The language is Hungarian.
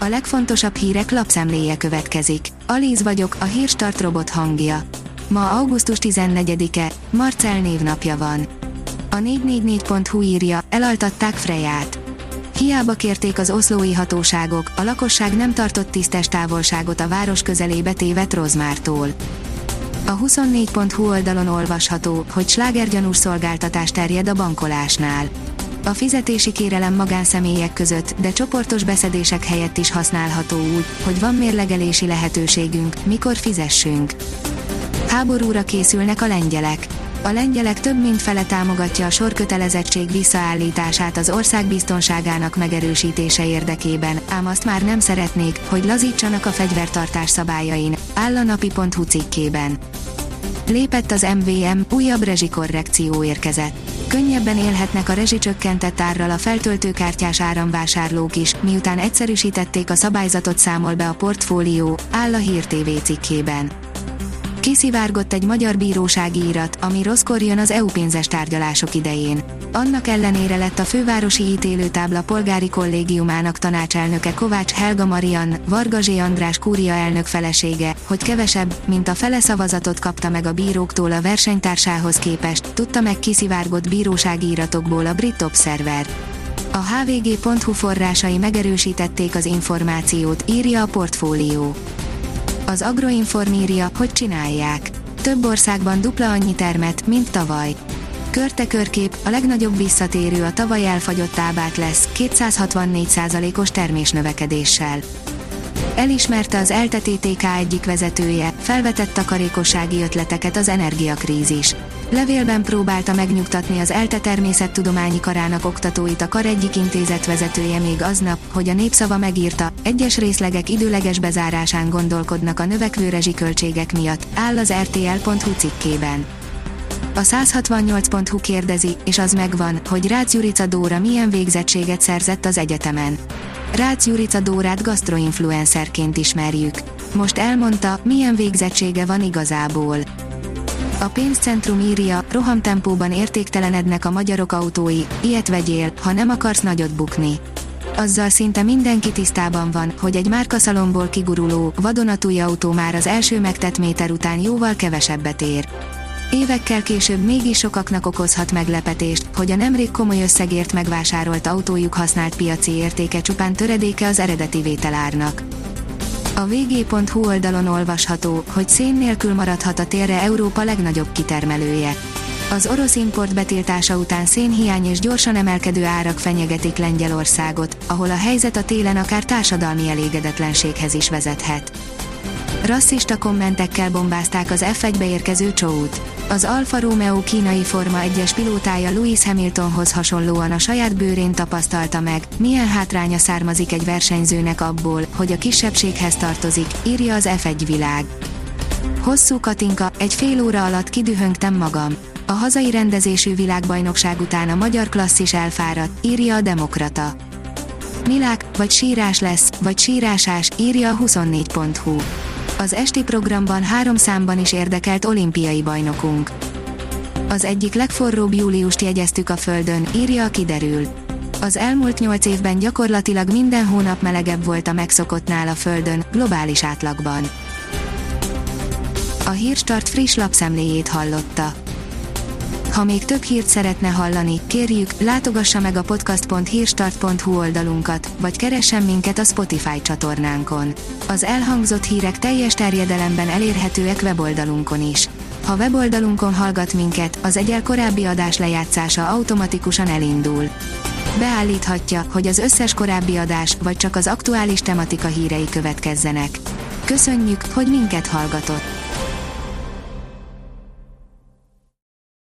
A legfontosabb hírek lapszemléje következik. Alíz vagyok, a Hírstart robot hangja. Ma augusztus 14-e, Marcell névnapja van. A 444.hu írja, elaltatták Freját. Hiába kérték az oszlói hatóságok, a lakosság nem tartott tisztes távolságot a város közelébe tévedt Rozmártól. A 24.hu oldalon olvasható, hogy slágergyanús szolgáltatás terjed a bankolásnál. A fizetési kérelem magánszemélyek között, de csoportos beszedések helyett is használható úgy, hogy van mérlegelési lehetőségünk, mikor fizessünk. Háborúra készülnek a lengyelek. A lengyelek több mint fele támogatja a sorkötelezettség visszaállítását az ország biztonságának megerősítése érdekében, ám azt már nem szeretnék, hogy lazítsanak a fegyvertartás szabályain, áll a napi.hu cikkében. Lépett az MVM, újabb rezsikorrekció érkezett. Könnyebben élhetnek a rezsicsökkentett árral a feltöltőkártyás áramvásárlók is, miután egyszerűsítették a szabályzatot, számol be a portfólió, áll a Hír TV cikkében. Kiszivárgott egy magyar bírósági írat, ami rosszkor jön az EU pénzes tárgyalások idején. Annak ellenére lett a fővárosi ítélőtábla polgári kollégiumának tanácselnöke Kovács Helga Mariann, Varga Zsé András kúria elnök felesége, hogy kevesebb, mint a fele szavazatot kapta meg a bíróktól a versenytársához képest, tudta meg kiszivárgott bírósági iratokból a brit Observer. A hvg.hu forrásai megerősítették az információt, írja a portfólió. Az Agroinform írja, hogy csinálják. Több országban dupla annyi termet, mint tavaly. Körte-körkép, a legnagyobb visszatérő a tavaly elfagyott tábát lesz, 264%-os termésnövekedéssel. Elismerte az ELTE TTK egyik vezetője, felvetett takarékossági ötleteket az energiakrízis. Levélben próbálta megnyugtatni az ELTE természettudományi karának oktatóit a kar egyik intézetvezetője még aznap, hogy a Népszava megírta, egyes részlegek időleges bezárásán gondolkodnak a növekvő rezsiköltségek miatt, áll az rtl.hu cikkében. A 168.hu kérdezi, és az megvan, hogy Rácz Jurica Dóra milyen végzettséget szerzett az egyetemen. Rácz Jurica Dórát gasztroinfluencerként ismerjük. Most elmondta, milyen végzettsége van igazából. A pénzcentrum írja, rohamtempóban értéktelenednek a magyarok autói, ilyet vegyél, ha nem akarsz nagyot bukni. Azzal szinte mindenki tisztában van, hogy egy márkaszalomból kiguruló, vadonatúj autó már az első megtett méter után jóval kevesebbet ér. Évekkel később mégis sokaknak okozhat meglepetést, hogy a nemrég komoly összegért megvásárolt autójuk használt piaci értéke csupán töredéke az eredeti vételárnak. A vg.hu oldalon olvasható, hogy szén nélkül maradhat a térre Európa legnagyobb kitermelője. Az orosz import betiltása után szénhiány és gyorsan emelkedő árak fenyegetik Lengyelországot, ahol a helyzet a télen akár társadalmi elégedetlenséghez is vezethet. Rasszista kommentekkel bombázták az F1-be érkező Chout. Az Alfa Romeo kínai Forma 1-es pilótája Lewis Hamiltonhoz hasonlóan a saját bőrén tapasztalta meg, milyen hátránya származik egy versenyzőnek abból, hogy a kisebbséghez tartozik, írja az F1 világ. Hosszú Katinka, egy fél óra alatt kidühöngtem magam. A hazai rendezésű világbajnokság után a magyar klasszis elfáradt, írja a Demokrata. Milák, vagy sírás lesz, vagy sírásás, írja a 24.hu. Az esti programban 3 számban is érdekelt olimpiai bajnokunk. Az egyik legforróbb júliust jegyeztük a Földön, írja a Kiderül. Az elmúlt 8 évben gyakorlatilag minden hónap melegebb volt a megszokottnál a Földön, globális átlagban. A Hírstart friss lapszemléjét hallotta. Ha még több hírt szeretne hallani, kérjük, látogassa meg a podcast.hírstart.hu oldalunkat, vagy keressen minket a Spotify csatornánkon. Az elhangzott hírek teljes terjedelemben elérhetőek weboldalunkon is. Ha weboldalunkon hallgat minket, az egyel korábbi adás lejátszása automatikusan elindul. Beállíthatja, hogy az összes korábbi adás, vagy csak az aktuális tematika hírei következzenek. Köszönjük, hogy minket hallgatott!